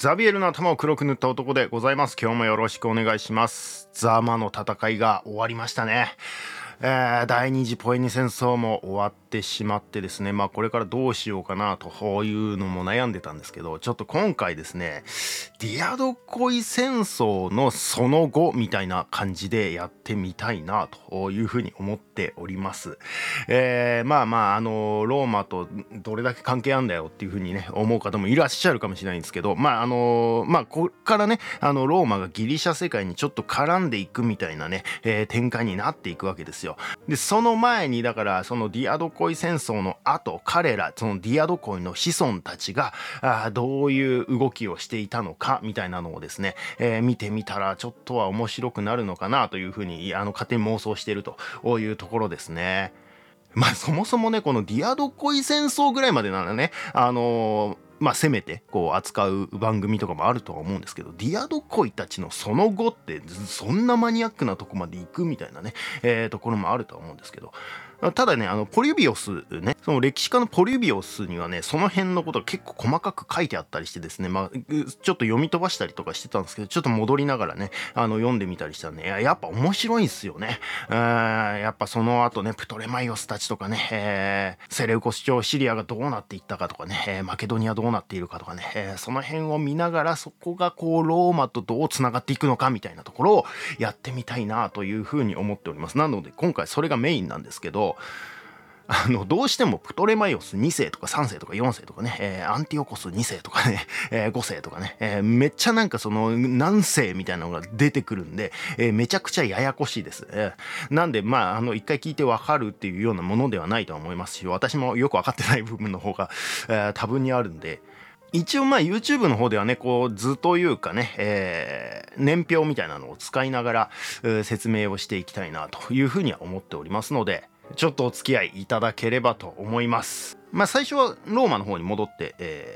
ザビエルの頭を黒く塗った男でございます。今日もよろしくお願いします。ザマの戦いが終わりましたね。第二次ポエニ戦争も終わってしまってですね、これからどうしようかなというのも悩んでたんですけど、ちょっと今回ですね、ディアドコイ戦争のその後みたいな感じでやってみたいなというふうに思っております。ローマとどれだけ関係あるんだよっていうふうにね、思う方もいらっしゃるかもしれないんですけど、こっからね、ローマがギリシャ世界にちょっと絡んでいくみたいなね、展開になっていくわけですよ。でその前にだからそのディアドコイ戦争の後、彼らそのディアドコイの子孫たちがどういう動きをしていたのかみたいなのをですね、見てみたらちょっとは面白くなるのかなというふうに勝手に妄想しているというところですね。そもそもね、このディアドコイ戦争ぐらいまでならね、せめてこう扱う番組とかもあるとは思うんですけど、ディアドコイたちのその後ってそんなマニアックなとこまで行くみたいなね、ところもあるとは思うんですけど、ただね、ポリビオスね、その歴史家のポリビオスにはね、その辺のことが結構細かく書いてあったりしてですね、ちょっと読み飛ばしたりとかしてたんですけど、ちょっと戻りながらね、読んでみたりしたらね、やっぱ面白いんですよね。やっぱその後ね、プトレマイオスたちとかね、セレウコス朝シリアがどうなっていったかとかね、マケドニアどうなっているかとかね、その辺を見ながらそこがこうローマとどうつながっていくのかみたいなところをやってみたいなというふうに思っております。なので今回それがメインなんですけど、どうしてもプトレマイオス2世とか3世とか4世とかね、アンティオコス2世とかね、5世とかね、めっちゃなんかその何世みたいなのが出てくるんで、めちゃくちゃややこしいです。なんで一回聞いてわかるっていうようなものではないとは思いますし、私もよくわかってない部分の方が、多分にあるんで、一応YouTube の方ではね、こう図というかね、年表みたいなのを使いながら説明をしていきたいなというふうには思っておりますので、ちょっとお付き合いいただければと思います。最初はローマの方に戻って、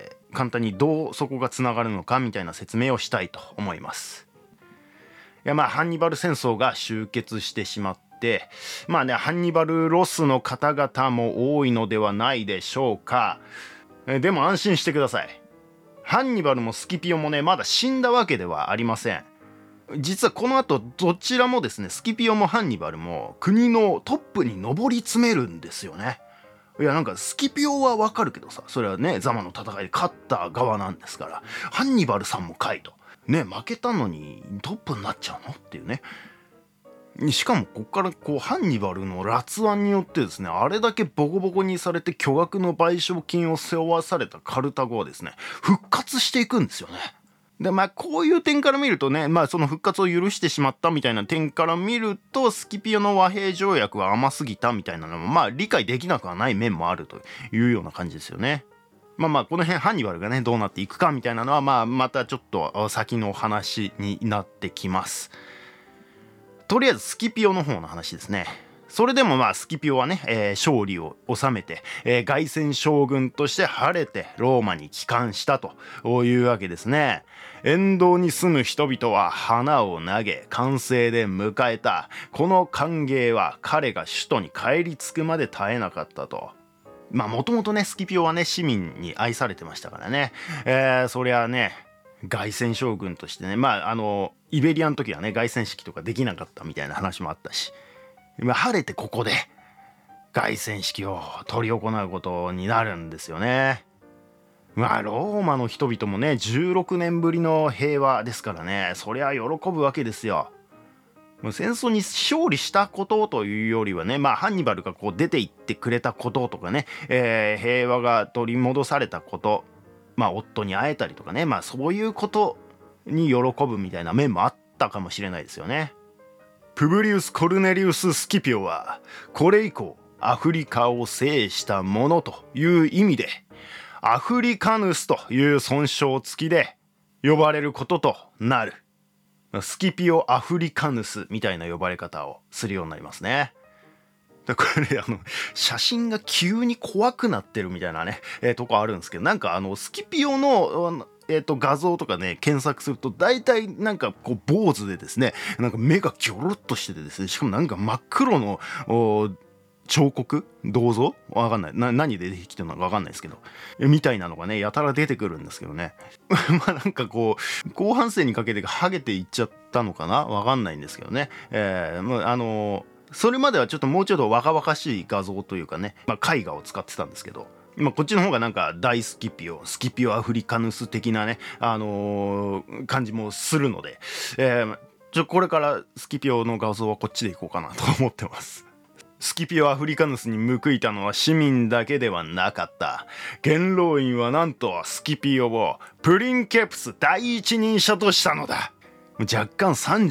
簡単にどうそこがつながるのかみたいな説明をしたいと思います。ハンニバル戦争が終結してしまって、ハンニバルロスの方々も多いのではないでしょうか。でも安心してください。ハンニバルもスキピオもね、まだ死んだわけではありません。実はこの後どちらもですね、スキピオもハンニバルも国のトップに上り詰めるんですよね。いや、なんかスキピオはわかるけどさ、それはね、ザマの戦いで勝った側なんですから、ハンニバルさんもかいとね、負けたのにトップになっちゃうのっていうね。しかもこっからこうハンニバルの辣腕によってですね、あれだけボコボコにされて巨額の賠償金を背負わされたカルタゴはですね、復活していくんですよね。でこういう点から見るとね、その復活を許してしまったみたいな点から見ると、スキピオの和平条約は甘すぎたみたいなのも理解できなくはない面もあるというような感じですよね。この辺ハンニバルがねどうなっていくかみたいなのはまたちょっと先の話になってきます。とりあえずスキピオの方の話ですね。それでもスキピオはね、勝利を収めて、凱旋将軍として晴れてローマに帰還したというわけですね。沿道に住む人々は花を投げ歓声で迎えた。この歓迎は彼が首都に帰り着くまで絶えなかったと。もともとねスキピオはね市民に愛されてましたからね、そりゃね凱旋将軍としてね、イベリアの時はね凱旋式とかできなかったみたいな話もあったし、晴れてここで凱旋式を執り行うことになるんですよね。ローマの人々もね16年ぶりの平和ですからね、そりゃ喜ぶわけですよ。戦争に勝利したことというよりはね、ハンニバルがこう出て行ってくれたこととかね、平和が取り戻されたこと、夫に会えたりとかね、そういうことに喜ぶみたいな面もあったかもしれないですよね。プブリウス・コルネリウス・スキピオはこれ以降アフリカを制したものという意味でアフリカヌスという尊称付きで呼ばれることとなる。スキピオ・アフリカヌスみたいな呼ばれ方をするようになりますね。これ写真が急に怖くなってるみたいなね、とこあるんですけど、なんかスキピオの画像とかね検索すると大体なんかこう坊主でですね、なんか目がギョロッとしててですね、しかもなんか真っ黒の彫刻銅像わかんない何で出てきてるのかわかんないですけどみたいなのがねやたら出てくるんですけどねまあなんかこう後半戦にかけてハゲていっちゃったのかなわかんないんですけどね、それまではちょっともうちょっと若々しい画像というかね、絵画を使ってたんですけど、こっちの方がなんか大スキピオアフリカヌス的なね、感じもするので、これからスキピオの画像はこっちでいこうかなと思ってます。スキピオアフリカヌスに報いたのは市民だけではなかった。元老院はなんとスキピオをプリンケプス第一人者としたのだ。若干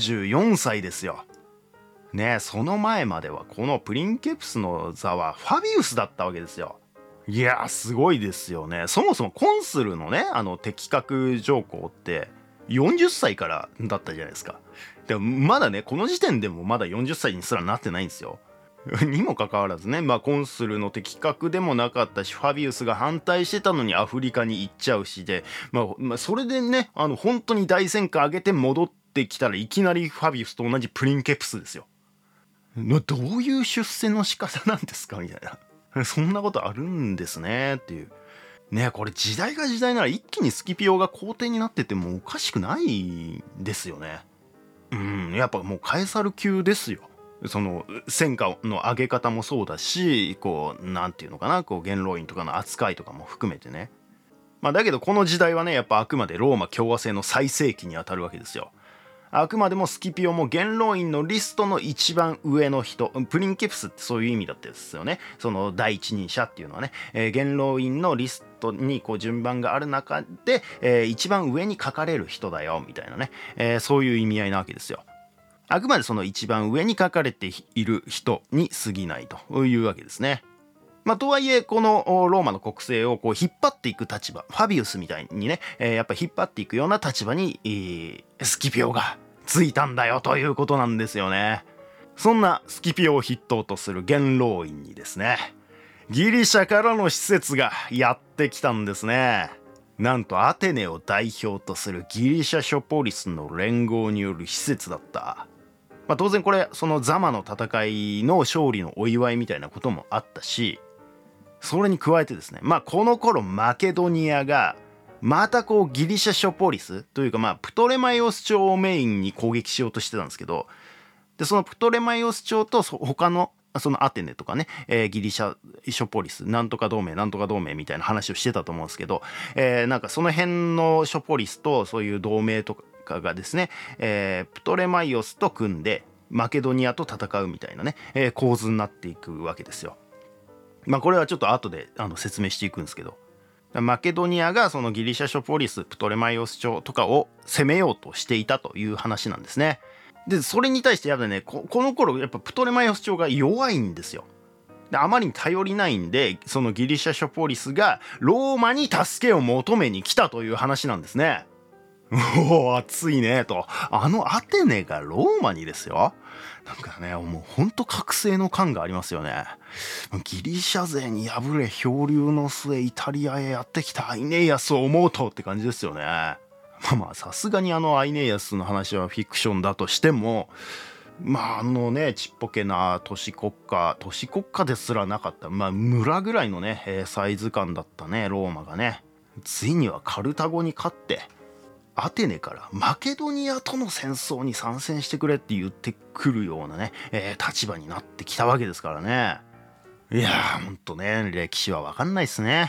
34歳ですよ。ね、その前まではこのプリンケプスの座はファビウスだったわけですよ。いやすごいですよね。そもそもコンスルのね適格条項って40歳からだったじゃないですか。でもまだねこの時点でもまだ40歳にすらなってないんですよ。にもかかわらずね、コンスルの適格でもなかったしファビウスが反対してたのにアフリカに行っちゃうしで、それでね本当に大戦果上げて戻ってきたらいきなりファビウスと同じプリンケプスですよ。どういう出世の仕方なんですかみたいなそんなことあるんですねっていうね。これ時代が時代なら一気にスキピオが皇帝になっててもおかしくないですよね。やっぱもうカエサル級ですよ。その戦果の上げ方もそうだし、こうなんていうのかな、こう元老院とかの扱いとかも含めてね。だけどこの時代はねやっぱあくまでローマ共和制の最盛期にあたるわけですよ。あくまでもスキピオも元老院のリストの一番上の人、プリンケプスってそういう意味だったですよね。その第一人者っていうのはね、元老院のリストにこう順番がある中で、一番上に書かれる人だよみたいなね、そういう意味合いなわけですよ。あくまでその一番上に書かれている人に過ぎないというわけですね。とはいえこのローマの国政をこう引っ張っていく立場、ファビウスみたいにね、やっぱ引っ張っていくような立場に、スキピオがついたんだよということなんですよね。そんなスキピオを筆頭とする元老院にですね、ギリシャからの使節がやってきたんですね。なんとアテネを代表とするギリシャ諸ポリスの連合による使節だった。当然これそのザマの戦いの勝利のお祝いみたいなこともあったし、それに加えてですね、この頃マケドニアがまたこうギリシャ諸ポリスというかプトレマイオス朝をメインに攻撃しようとしてたんですけど、でそのプトレマイオス朝と他のそのアテネとかね、ギリシャ諸ポリスなんとか同盟みたいな話をしてたと思うんですけど、なんかその辺の諸ポリスとそういう同盟とかがですね、プトレマイオスと組んでマケドニアと戦うみたいなね、構図になっていくわけですよ。これはちょっと後で説明していくんですけど、マケドニアがそのギリシャ諸ポリスプトレマイオス朝とかを攻めようとしていたという話なんですね。でそれに対してやっぱねこの頃やっぱプトレマイオス朝が弱いんですよ。であまりに頼りないんでそのギリシャ諸ポリスがローマに助けを求めに来たという話なんですね。おお熱いねと。アテネがローマにですよ。なんかねもうほんと覚醒の感がありますよね。ギリシャ勢に敗れ漂流の末イタリアへやってきたアイネイアスを思うとって感じですよね。さすがにアイネイアスの話はフィクションだとしてもちっぽけな都市国家ですらなかった村ぐらいのね、サイズ感だったねローマがね、ついにはカルタゴに勝ってアテネからマケドニアとの戦争に参戦してくれって言ってくるようなね、立場になってきたわけですからね。いやーほんとね歴史は分かんないっすね。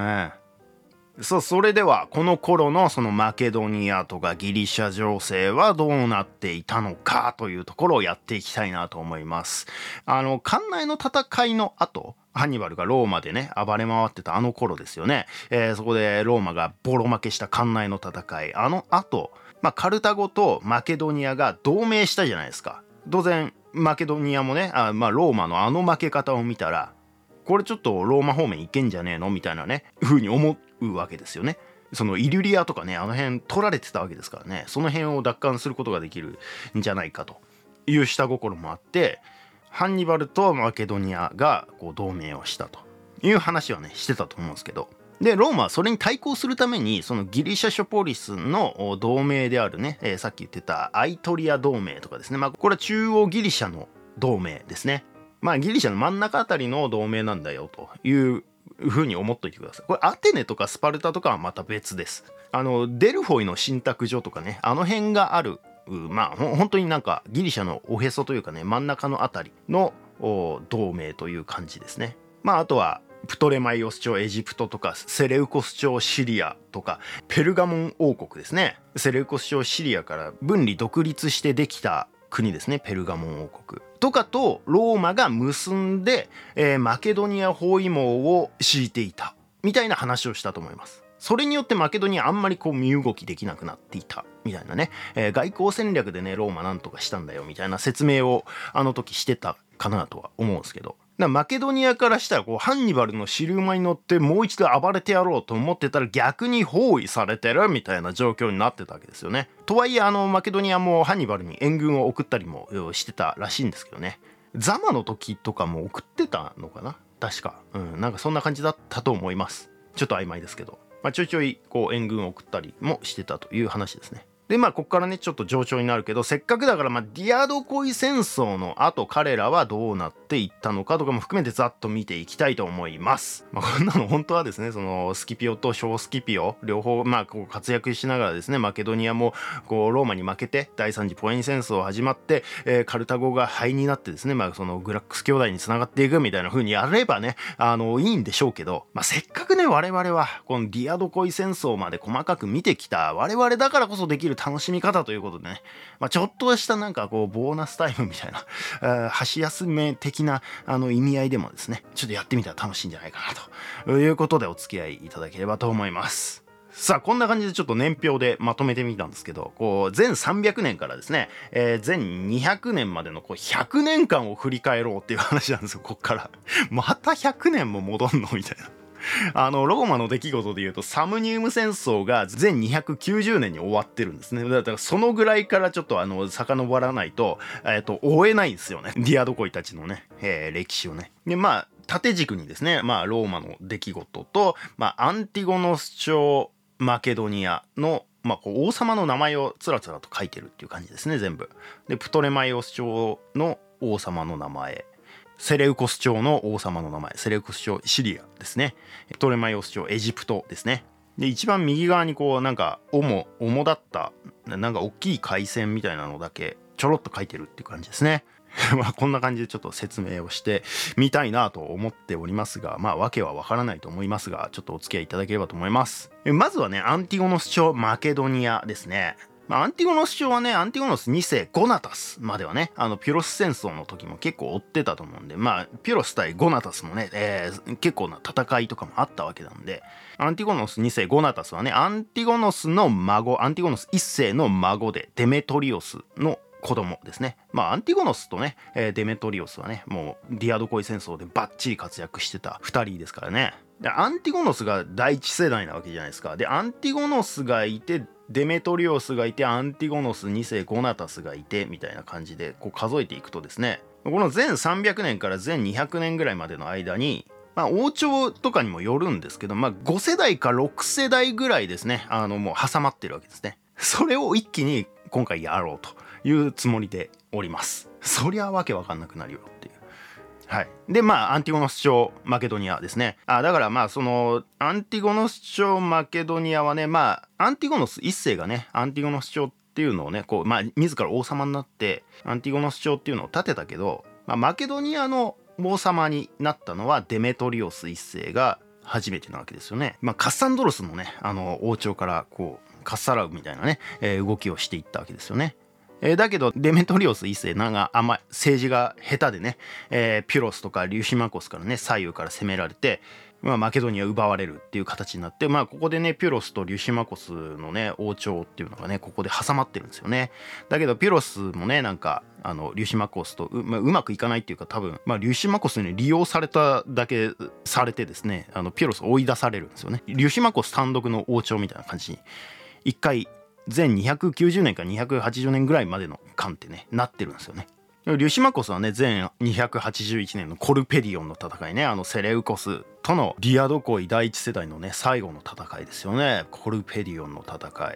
それではこの頃のそのマケドニアとかギリシャ情勢はどうなっていたのかというところをやっていきたいなと思います。関内の戦いの後ハンニバルがローマでね暴れ回ってた頃ですよね、そこでローマがボロ負けした関内の戦い後、カルタゴとマケドニアが同盟したじゃないですか。当然マケドニアもねローマの負け方を見たらこれちょっとローマ方面行けんじゃねえのみたいなね風に思うわけですよね。そのイリュリアとかね辺取られてたわけですからね、その辺を奪還することができるんじゃないかという下心もあってハンニバルとマケドニアがこう同盟をしたという話はねしてたと思うんですけど、でローマはそれに対抗するためにそのギリシャ諸ポリスの同盟であるね、さっき言ってたアイトリア同盟とかですね、これは中央ギリシャの同盟ですね。 ギリシャの真ん中あたりの同盟なんだよという風に思っといてください。これアテネとかスパルタとかはまた別です。デルフォイの信託所とかね、あの辺がある、本当になんかギリシャのおへそというかね、真ん中のあたりの同盟という感じですね。あとはプトレマイオス朝エジプトとか、セレウコス朝シリアとか、ペルガモン王国ですね。セレウコス朝シリアから分離独立してできた国ですね、ペルガモン王国とかとローマが結んで、マケドニア包囲網を敷いていたみたいな話をしたと思います。それによってマケドニアあんまり身動きできなくなっていたみたいなね、外交戦略でねローマなんとかしたんだよみたいな説明をあの時してたかなとは思うんですけど、マケドニアからしたらハンニバルの尻馬に乗ってもう一度暴れてやろうと思ってたら逆に包囲されてるみたいな状況になってたわけですよね。とはいえマケドニアもハンニバルに援軍を送ったりもしてたらしいんですけどね。ザマの時とかも送ってたのかな、確か。なんかそんな感じだったと思います。ちょっと曖昧ですけど、ちょいちょい援軍を送ったりもしてたという話ですね。でここからねちょっと冗長になるけど、せっかくだからディアドコイ戦争の後彼らはどうなっていったのかとかも含めてざっと見ていきたいと思います。こんなの本当はですね、そのスキピオと小スキピオ両方活躍しながらですね、マケドニアもローマに負けて第三次ポエニ戦争始まって、カルタゴが灰になってですね、そのグラックス兄弟につながっていくみたいな風にやればねいいんでしょうけど、せっかくね我々はこのディアドコイ戦争まで細かく見てきた我々だからこそできる楽しみ方ということでね、ちょっとしたなんかボーナスタイムみたいな箸休め的な意味合いでもですね、ちょっとやってみたら楽しいんじゃないかなということでお付き合いいただければと思います。さあこんな感じでちょっと年表でまとめてみたんですけど、全300年からですね、全200年までの100年間を振り返ろうっていう話なんですよ。こっからまた100年も戻んのみたいなローマの出来事でいうとサムニウム戦争が全290年に終わってるんですね。だからそのぐらいからちょっと遡らないと追えないんですよね、ディアドコイたちのね、歴史をね。で縦軸にですね、ローマの出来事と、アンティゴノス朝マケドニアの王様の名前をつらつらと書いてるっていう感じですね、全部。でプトレマイオス朝の王様の名前、セレウコス朝の王様の名前、セレウコス朝シリアですね、プトレマイオス朝エジプトですね。で一番右側になんか主だったなんか大きい海戦みたいなのだけちょろっと書いてるっていう感じですね。こんな感じでちょっと説明をしてみたいなと思っておりますが、わけはわからないと思いますが、ちょっとお付き合いいただければと思います。まずはねアンティゴノス朝マケドニアですね。アンティゴノス朝はね、アンティゴノス2世ゴナタスまではね、ピュロス戦争の時も結構追ってたと思うんで、ピュロス対ゴナタスもね、結構な戦いとかもあったわけなんで、アンティゴノス2世ゴナタスはね、アンティゴノスの孫、アンティゴノス1世の孫で、デメトリオスの子供ですね。アンティゴノスとね、デメトリオスはね、もうディアドコイ戦争でバッチリ活躍してた2人ですからね。でアンティゴノスが第一世代なわけじゃないですか。でアンティゴノスがいてデメトリオスがいてアンティゴノス2世ゴナタスがいてみたいな感じで数えていくとですね、この全300年から全200年ぐらいまでの間に王朝とかにもよるんですけど、5世代か6世代ぐらいですね、もう挟まってるわけですね。それを一気に今回やろうというつもりでおります。そりゃわけわかんなくなるよっていう。はい、でアンティゴノス朝マケドニアですね。だからそのアンティゴノス朝マケドニアはね、アンティゴノス1世がねアンティゴノス朝っていうのをね自ら王様になってアンティゴノス朝っていうのを建てたけど、マケドニアの王様になったのはデメトリオス1世が初めてなわけですよね。カッサンドロスのね王朝からかっさらうみたいなね、動きをしていったわけですよね。だけどデメトリオス1世あんま政治が下手でね、ピュロスとかリュシマコスからね左右から攻められて、マケドニア奪われるっていう形になって、ここでねピュロスとリュシマコスのね王朝っていうのがねここで挟まってるんですよね。だけどピュロスもねリュシマコスとうまくいかないっていうか、多分リュシマコスに利用されただけされてですね、ピュロス追い出されるんですよね。リュシマコス単独の王朝みたいな感じに一回全290年から280年ぐらいまでの間ってねなってるんですよね。リュシマコスはね全281年のコルペディオンの戦いね、セレウコスとのディアドコイ第一世代のね最後の戦いですよね。コルペディオンの戦い、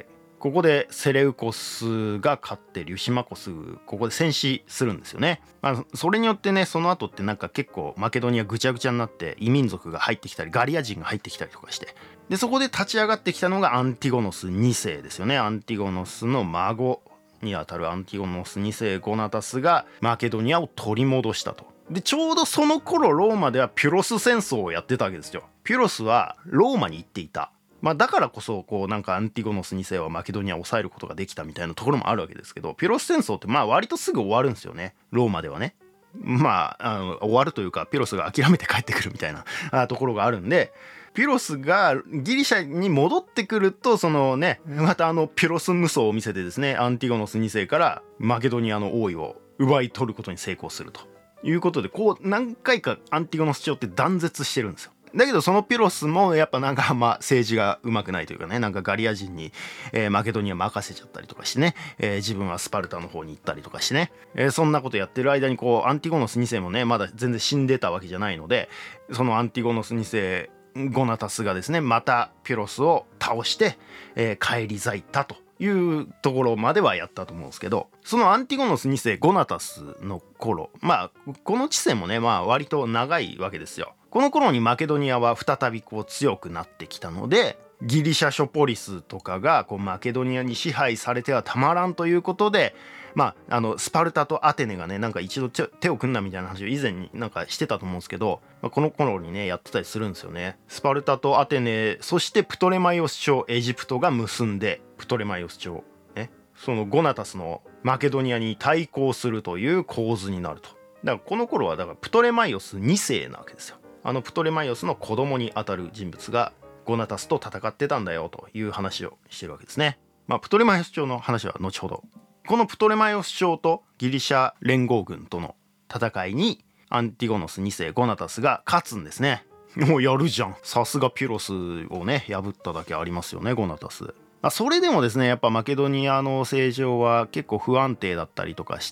ここでセレウコスが勝ってリュシマコスここで戦死するんですよね。それによってねその後ってなんか結構マケドニアぐちゃぐちゃになって異民族が入ってきたりガリア人が入ってきたりとかして、でそこで立ち上がってきたのがアンティゴノス2世ですよね。アンティゴノスの孫にあたるアンティゴノス2世ゴナタスがマケドニアを取り戻したと。でちょうどその頃ローマではピュロス戦争をやってたわけですよ。ピュロスはローマに行っていた。だからこそこうなんかアンティゴノス2世はマケドニアを抑えることができたみたいなところもあるわけですけど、ピュロス戦争って割とすぐ終わるんですよね、ローマではね。終わるというかピュロスが諦めて帰ってくるみたいなところがあるんで、ピュロスがギリシャに戻ってくるとそのねまたピュロス無双を見せてですね、アンティゴノス2世からマケドニアの王位を奪い取ることに成功するということで、こう何回かアンティゴノス朝って断絶してるんですよ。だけどそのピュロスもやっぱなんか政治がうまくないというかね、なんかガリア人に、マケドニア任せちゃったりとかしてね、自分はスパルタの方に行ったりとかしてね、そんなことやってる間にこうアンティゴノス2世もねまだ全然死んでたわけじゃないので、そのアンティゴノス2世ゴナタスがですねまたピュロスを倒して、返り咲いたというところまではやったと思うんですけど、そのアンティゴノス2世ゴナタスの頃、この知性もね割と長いわけですよ。この頃にマケドニアは再びこう強くなってきたので、ギリシャ諸ポリスとかがこうマケドニアに支配されてはたまらんということで、スパルタとアテネがねなんか一度手を組んだみたいな話を以前になんかしてたと思うんですけど、この頃にねやってたりするんですよね。スパルタとアテネ、そしてプトレマイオス朝エジプトが結んで、プトレマイオス朝ねそのゴナタスのマケドニアに対抗するという構図になると。だからこの頃はだからプトレマイオス2世なわけですよ。プトレマイオスの子供にあたる人物がゴナタスと戦ってたんだよという話をしてるわけですね。プトレマイオス朝の話は後ほど。このプトレマイオス朝とギリシャ連合軍との戦いにアンティゴノス2世ゴナタスが勝つんですね。もうやるじゃん、さすがピュロスをね破っただけありますよねゴナタス。それでもですねやっぱマケドニアの政情は結構不安定だったりとかして、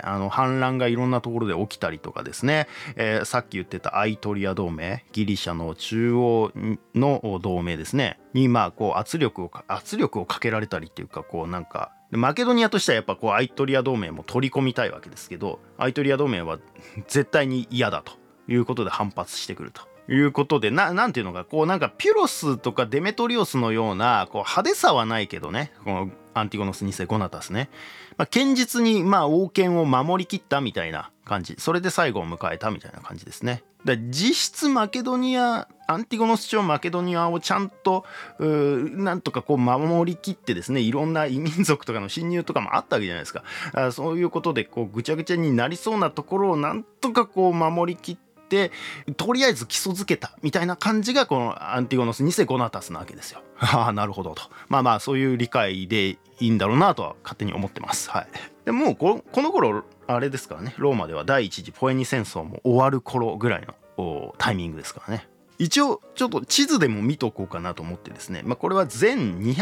反乱がいろんなところで起きたりとかですね、さっき言ってたアイトリア同盟、ギリシャの中央の同盟ですねにこう圧力をかけられたりっていうか、こうなんかマケドニアとしてはやっぱこうアイトリア同盟も取り込みたいわけですけど、アイトリア同盟は絶対に嫌だということで反発してくるということで、なんていうのかこうなんかピュロスとかデメトリオスのようなこう派手さはないけどね、このアンティゴノス2世ゴナタスね、堅実に王権を守りきったみたいな感じ、それで最後を迎えたみたいな感じですね。実質マケドニア、アンティゴノス朝マケドニアをちゃんとなんとかこう守りきってですね、いろんな異民族とかの侵入とかもあったわけじゃないですか。そういうことでこうぐちゃぐちゃになりそうなところをなんとかこう守りきってでとりあえず基礎づけたみたいな感じがこのアンティゴノス2世ゴナタスなわけですよ。なるほどと、そういう理解でいいんだろうなとは勝手に思ってます。はい。でもうこの頃あれですからね、ローマでは第一次ポエニ戦争も終わる頃ぐらいのタイミングですからね。一応ちょっと地図でも見とこうかなと思ってですね、これは前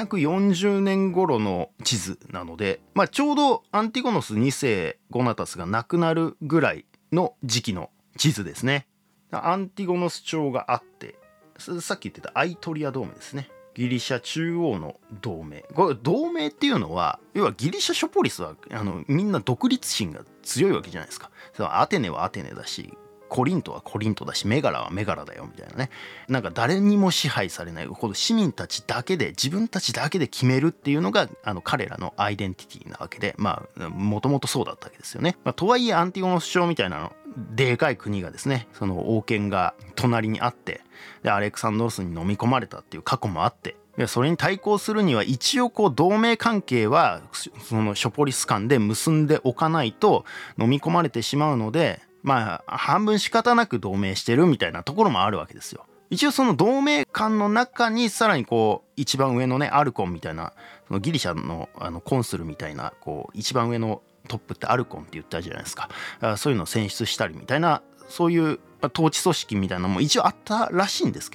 240年頃の地図なので、ちょうどアンティゴノス2世ゴナタスが亡くなるぐらいの時期の地図ですね。アンティゴノス朝があって、さっき言ってたアイトリア同盟ですね。ギリシャ中央の同盟。これ同盟っていうのは要はギリシャ諸ポリスはみんな独立心が強いわけじゃないですか。アテネはアテネだし、コリントはコリントだし、メガラはメガラだよみたいなね。なんか誰にも支配されない、この市民たちだけで自分たちだけで決めるっていうのが彼らのアイデンティティなわけで、もともとそうだったわけですよね。とはいえアンティゴノス朝みたいなでかい国がですね、その王権が隣にあって、でアレクサンドロスに飲み込まれたっていう過去もあって、それに対抗するには一応こう同盟関係はその諸ポリス間で結んでおかないと飲み込まれてしまうので、半分仕方なく同盟してるみたいなところもあるわけですよ。一応その同盟間の中にさらにこう一番上のねアルコンみたいな、そのギリシャのコンスルみたいなこう一番上のトップってアルコンって言ったじゃないですか。そういうのを選出したりみたいな、そういう統治組織みたいなのも一応あったらしいんですけど、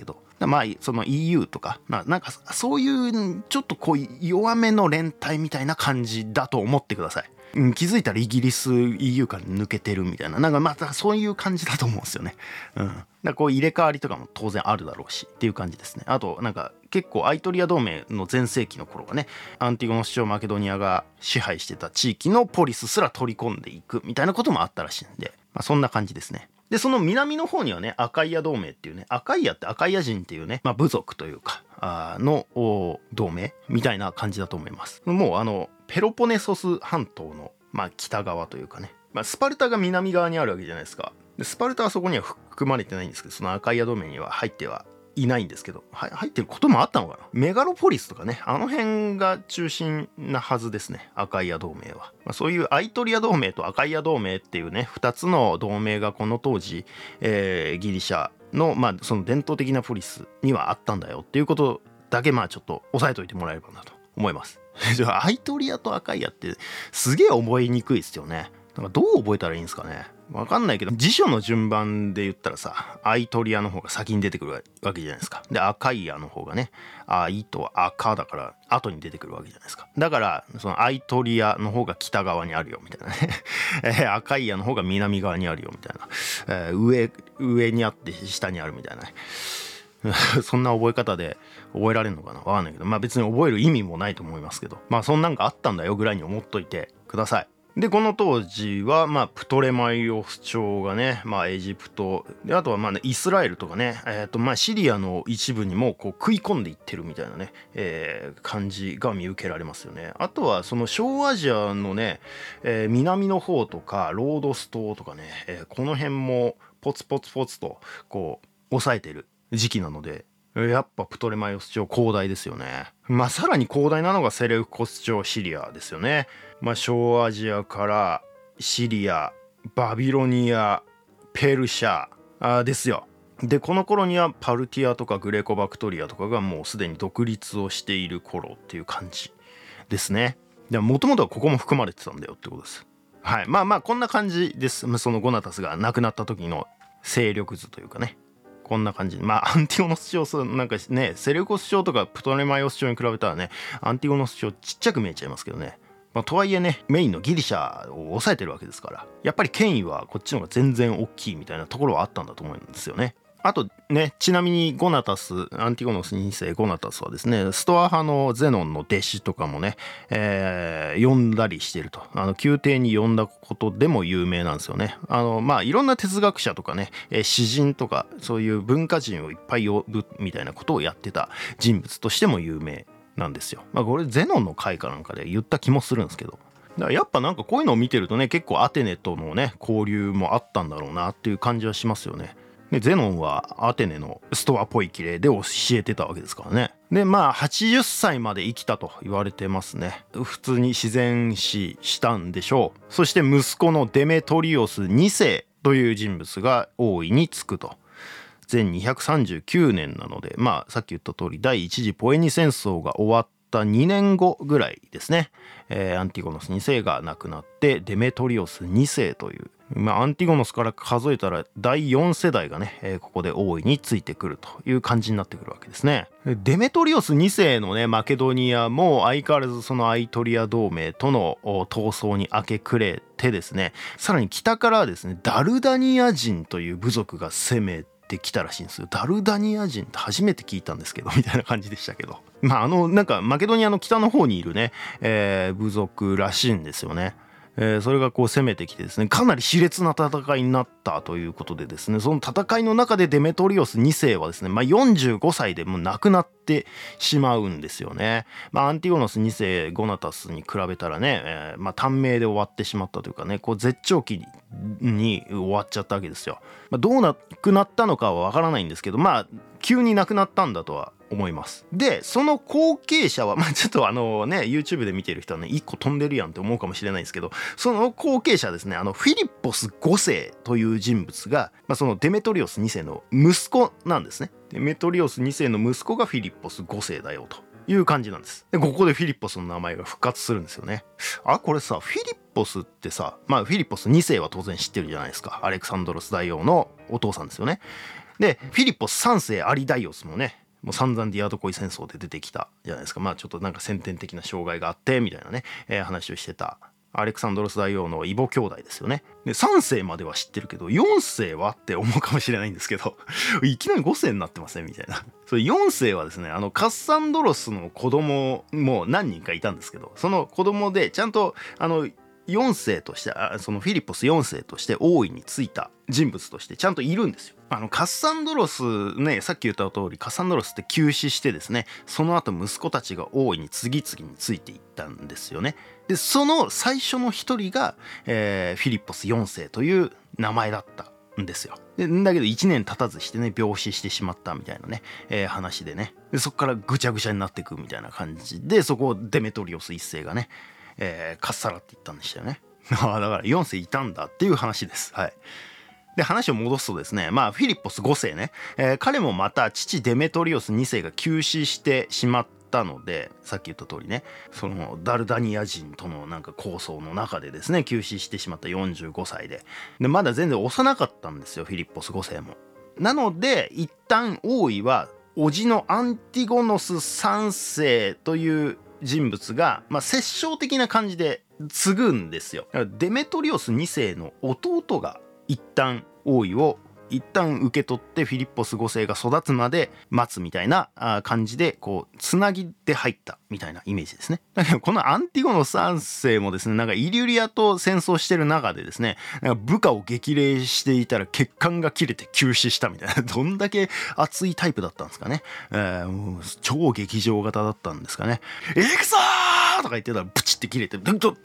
まあその EU とかなんかそういうちょっとこう弱めの連帯みたいな感じだと思ってください。気づいたらイギリス EU から抜けてるみたいな、なんかまたそういう感じだと思うんですよね。だからこう入れ替わりとかも当然あるだろうしっていう感じですね。あとなんか結構アイトリア同盟の全盛期の頃はね、アンティゴノス朝マケドニアが支配してた地域のポリスすら取り込んでいくみたいなこともあったらしいんで、そんな感じですね。でその南の方にはね、アカイア同盟っていうね、アカイアってアカイア人っていうね、部族というかの同盟みたいな感じだと思います。もうペロポネソス半島の北側というかね、スパルタが南側にあるわけじゃないですか。でスパルタはそこには含まれてないんですけど、そのアカイア同盟には入ってはいないんですけど、入ってることもあったのかな。メガロポリスとかね、あの辺が中心なはずですね、アカイア同盟は。そういうアイトリア同盟とアカイア同盟っていうね、2つの同盟がこの当時、ギリシャのその伝統的なポリスにはあったんだよっていうことだけちょっと押さえといてもらえればなと思います。じゃあアイトリアとアカイアってすげえ覚えにくいですよね。なんかどう覚えたらいいんですかね。わかんないけど、辞書の順番で言ったらさ、アイトリアの方が先に出てくるわけじゃないですか。でアカイアの方がね、アイと赤だから後に出てくるわけじゃないですか。だからそのアイトリアの方が北側にあるよみたいなねアカイアの方が南側にあるよみたいな、上にあって下にあるみたいなねそんな覚え方で覚えられるのかな、わかんないけど、別に覚える意味もないと思いますけど、そんなんがあったんだよぐらいに思っといてください。でこの当時はプトレマイオス朝がね、エジプトで、あとはイスラエルとかね、シリアの一部にもこう食い込んでいってるみたいなね、感じが見受けられますよね。あとはその小アジアのね、南の方とかロードス島とかね、この辺もポツポツポツとこう抑えてる時期なので、やっぱプトレマイオス朝広大ですよね。さらに広大なのがセレウコス朝シリアですよね。小アジアからシリア、バビロニア、ペルシャですよ。でこの頃にはパルティアとかグレコバクトリアとかがもうすでに独立をしている頃っていう感じですね。でもともとはここも含まれてたんだよってことです。はい、こんな感じです。そのゴナタスが亡くなった時の勢力図というかね、こんな感じ。アンティゴノス朝なんかね、セレウコス朝とかプトレマイオス朝に比べたらね、アンティゴノス朝ちっちゃく見えちゃいますけどね。とはいえね、メインのギリシャを抑えてるわけですから、やっぱり権威はこっちの方が全然大きいみたいなところはあったんだと思うんですよね。あとね、ちなみにゴナタス、アンティゴノス2世ゴナタスはですね、ストア派のゼノンの弟子とかもね、呼んだりしていると。宮廷に呼んだことでも有名なんですよね。いろんな哲学者とかね、詩人とかそういう文化人をいっぱい呼ぶみたいなことをやってた人物としても有名なんですよ。これゼノンの回かなんかで言った気もするんですけど、だからやっぱなんかこういうのを見てるとね、結構アテネとのね交流もあったんだろうなっていう感じはしますよね。でゼノンはアテネのストアポイキレで教えてたわけですからね。で80歳まで生きたと言われてますね。普通に自然死したんでしょう。そして息子のデメトリオス2世という人物が王位につくと。前239年なので、さっき言った通り第一次ポエニ戦争が終わった2年後ぐらいですね。アンティゴノス2世が亡くなってデメトリオス2世という、アンティゴノスから数えたら第4世代がね、ここで王位についてくるという感じになってくるわけですね。デメトリオス2世のねマケドニアも相変わらずそのアイトリア同盟との闘争に明け暮れてですね、さらに北からはですねダルダニア人という部族が攻めてきたらしいんですよ。ダルダニア人って初めて聞いたんですけどみたいな感じでしたけど、なんかマケドニアの北の方にいるね、部族らしいんですよね。それがこう攻めてきてですね、かなり熾烈な戦いになったということでですね、その戦いの中でデメトリオス2世はですね、45歳でもう亡くなってしまうんですよね。アンティゴノス2世ゴナタスに比べたらね、短命で終わってしまったというかね、こう絶頂期に終わっちゃったわけですよ。どうなくなったのかはわからないんですけど、急に亡くなったんだとは思います。でその後継者はちょっとYouTube で見てる人はね1個飛んでるやんって思うかもしれないんですけど、その後継者ですね、フィリッポス5世という人物が、そのデメトリオス2世の息子なんですね。デメトリオス2世の息子がフィリッポス5世だよという感じなんです。でここでフィリッポスの名前が復活するんですよね。これさ、フィリッポスってさ、フィリッポス2世は当然知ってるじゃないですか。アレクサンドロス大王のお父さんですよね。 でフィリッポス3世アリダイオスもねもう散々ディアドコイ戦争で出てきたじゃないですか。まあちょっとなんか先天的な障害があってみたいなね、話をしてたアレクサンドロス大王の異母兄弟ですよね。で3世までは知ってるけど4世はって思うかもしれないんですけどいきなり5世になってませんみたいな。それ4世はですねカッサンドロスの子供も何人かいたんですけど、その子供でちゃんと4世としてそのフィリッポス4世として王位についた人物としてちゃんといるんですよ。カッサンドロスね、さっき言った通りカッサンドロスって急死してですね、その後息子たちが王位に次々についていったんですよね。でその最初の一人が、フィリッポス4世という名前だったんですよ。だけど1年経たずしてね病死してしまったみたいなね、話でね、でそこからぐちゃぐちゃになっていくみたいな感じで、そこをデメトリオス1世がね、かっさらって言ったんでしたよね。だから4世いたんだっていう話です。はい。で話を戻すとですね、フィリッポス5世ね、彼もまた父デメトリオス2世が急死してしまったので、さっき言った通りね、そのダルダニア人とのなんか抗争の中でですね急死してしまった45歳でまだ全然幼かったんですよフィリッポス5世も。なので一旦王位は叔父のアンティゴノス3世という人物が、殺生的な感じで継ぐんですよ。デメトリオス2世の弟が一旦王位を一旦受け取ってフィリッポス5世が育つまで待つみたいな感じでこうつなぎで入ったみたいなイメージですね。だけどこのアンティゴノス3世もですねなんかイリュリアと戦争してる中でですねなんか部下を激励していたら血管が切れて急死したみたいなどんだけ熱いタイプだったんですかね。もう超劇場型だったんですかね。行くぞーとか言ってたらブチって切れて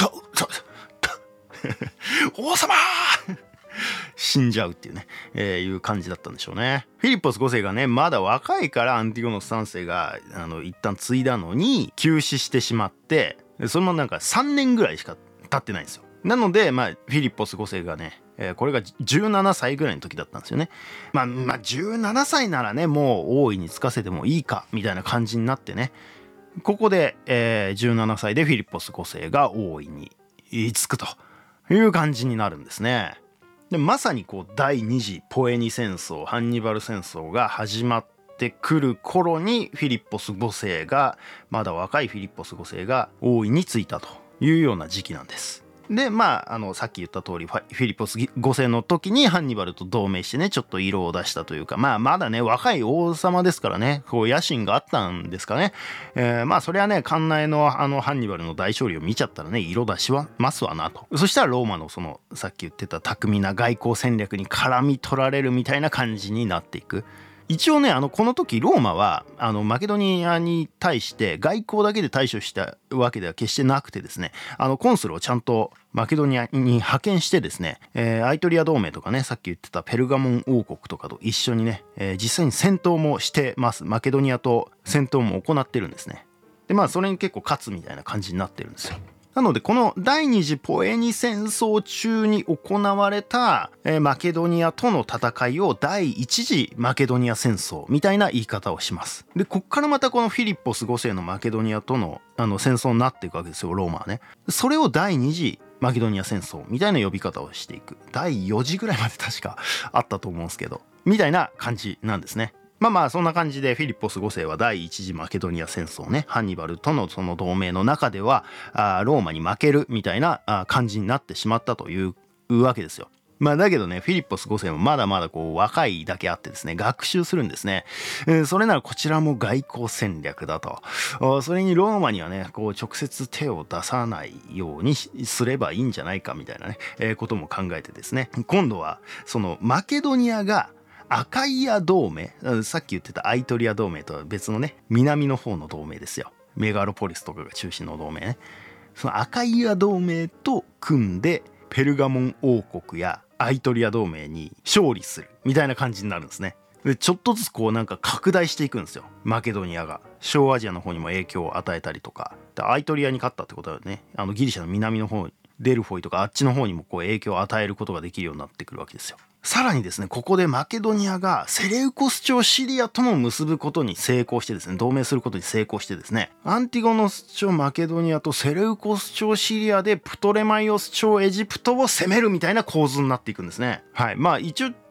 王様死んじゃうっていうね、いう感じだったんでしょうね。フィリッポス5世がねまだ若いからアンティゴノス3世が一旦継いだのに急死してしまって、それもなんか3年ぐらいしか経ってないんですよ。なのでフィリッポス5世がね、これが17歳ぐらいの時だったんですよね。17歳ならねもう王位につかせてもいいかみたいな感じになってね、ここで、17歳でフィリッポス5世が王位につくという感じになるんですね。でまさにこう第二次ポエニ戦争ハンニバル戦争が始まってくる頃にフィリッポス5世がまだ若いフィリッポス5世が王位についたというような時期なんです。でさっき言った通りフィリッポス5世の時にハンニバルと同盟してねちょっと色を出したというかまだね若い王様ですからねこう野心があったんですかね。それはね関内のハンニバルの大勝利を見ちゃったらね色出しはますわなと。そしたらローマのそのさっき言ってた巧みな外交戦略に絡み取られるみたいな感じになっていく。一応ねこの時ローマはマケドニアに対して外交だけで対処したわけでは決してなくてですねコンスルをちゃんとマケドニアに派遣してですね、アイトリア同盟とかねさっき言ってたペルガモン王国とかと一緒にね、実際に戦闘もしてます。マケドニアと戦闘も行ってるんですね。でそれに結構勝つみたいな感じになってるんですよ。なのでこの第二次ポエニ戦争中に行われたマケドニアとの戦いを第一次マケドニア戦争みたいな言い方をします。でこっからまたこのフィリッポス5世のマケドニアとの戦争になっていくわけですよローマはね。それを第二次マケドニア戦争みたいな呼び方をしていく。第4次ぐらいまで確かあったと思うんですけどみたいな感じなんですね。そんな感じでフィリッポス5世は第一次マケドニア戦争ねハンニバルとのその同盟の中ではローマに負けるみたいな感じになってしまったというわけですよ。だけどねフィリッポス5世もまだまだこう若いだけあってですね学習するんですね。それならこちらも外交戦略だと。それにローマにはねこう直接手を出さないようにすればいいんじゃないかみたいなね、ことも考えてですね今度はそのマケドニアがアカイア同盟、さっき言ってたアイトリア同盟とは別のね南の方の同盟ですよ。メガロポリスとかが中心の同盟ね。そのアカイア同盟と組んでペルガモン王国やアイトリア同盟に勝利するみたいな感じになるんですね。でちょっとずつこうなんか拡大していくんですよマケドニアが。小アジアの方にも影響を与えたりとかでアイトリアに勝ったってことはねギリシャの南の方デルフォイとかあっちの方にもこう影響を与えることができるようになってくるわけですよ。さらにですねここでマケドニアがセレウコス朝シリアとも結ぶことに成功してですね同盟することに成功してですねアンティゴノス朝マケドニアとセレウコス朝シリアでプトレマイオス朝エジプトを攻めるみたいな構図になっていくんですね。はい一応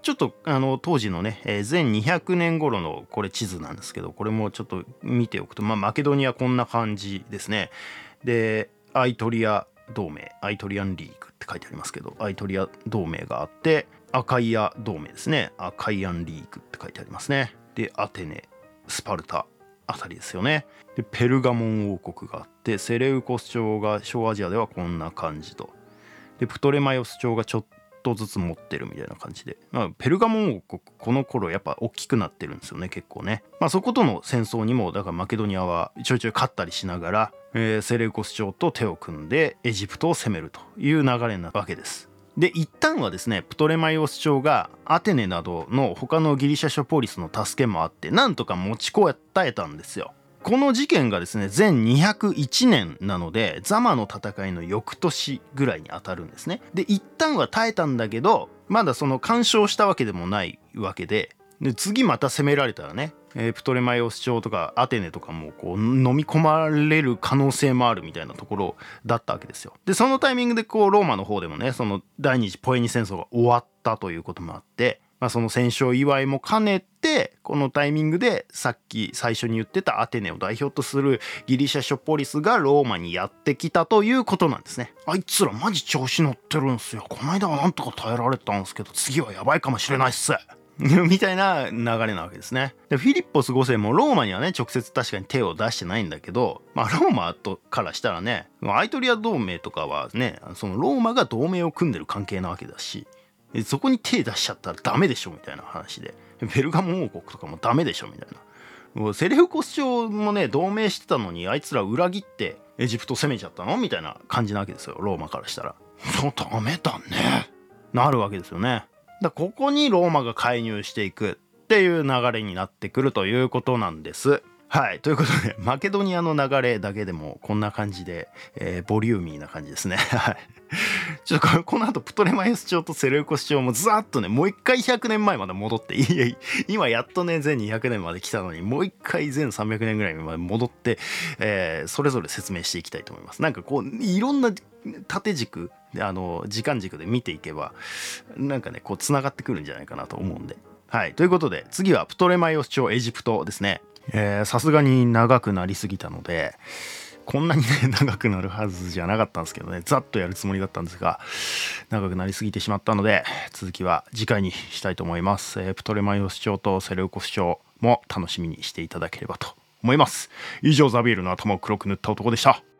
ちょっと当時のね、前200年頃のこれ地図なんですけど、これもちょっと見ておくと、マケドニアこんな感じですね。でアイトリア同盟、アイトリアンリーグって書いてありますけど、アイトリア同盟があって、アカイア同盟ですね、アカイアンリーグって書いてありますね。でアテネ、スパルタあたりですよね。でペルガモン王国があって、セレウコス朝が小アジアではこんな感じと、でプトレマイオス朝がちょっとずつ持ってるみたいな感じで、ペルガモン王国この頃やっぱ大きくなってるんですよね、結構ね。そことの戦争にもだからマケドニアはちょいちょい勝ったりしながら、セレウコス朝と手を組んでエジプトを攻めるという流れになったわけです。で一旦はですね、プトレマイオス朝がアテネなどの他のギリシャ諸ポリスの助けもあってなんとか持ちこたえたんですよ。この事件がですね前201年なので、ザマの戦いの翌年ぐらいに当たるんですね。で一旦は耐えたんだけど、まだその干渉したわけでもないわけで、次また攻められたらね、プトレマイオス朝とかアテネとかもこう飲み込まれる可能性もあるみたいなところだったわけですよ。でそのタイミングでこうローマの方でもね、その第二次ポエニ戦争が終わったということもあって、その戦勝祝いも兼ねて、このタイミングでさっき最初に言ってたアテネを代表とするギリシャ諸ポリスがローマにやってきたということなんですね。あいつらマジ調子乗ってるんすよ。この間はなんとか耐えられたんですけど、次はやばいかもしれないっすみたいな流れなわけですね。でフィリッポス5世もローマにはね直接確かに手を出してないんだけど、ローマからしたらね、アイトリア同盟とかはね、そのローマが同盟を組んでる関係なわけだし、そこに手出しちゃったらダメでしょみたいな話で、ペルガモン王国とかもダメでしょみたいな、もうセレウコス朝もね同盟してたのに、あいつら裏切ってエジプト攻めちゃったのみたいな感じなわけですよ、ローマからしたら。ダメだねなるわけですよね。ここにローマが介入していくっていう流れになってくるということなんです。はい、ということでマケドニアの流れだけでもこんな感じで、ボリューミーな感じですね。はいちょっとこの後プトレマイオス朝とセレウコス朝もざーっとねもう一回100年前まで戻って、今やっとね前200年まで来たのに、もう一回前300年ぐらいまで戻って、それぞれ説明していきたいと思います。なんかこういろんな縦軸で時間軸で見ていけばなんかねこうつながってくるんじゃないかなと思うんで。はい、ということで次はプトレマイオス朝エジプトですね。さすがに長くなりすぎたので、こんなにね長くなるはずじゃなかったんですけどね、ざっとやるつもりだったんですが長くなりすぎてしまったので、続きは次回にしたいと思います。プトレマイオス朝とセレウコス朝も楽しみにしていただければと思います。以上、ザビエルの頭を黒く塗った男でした。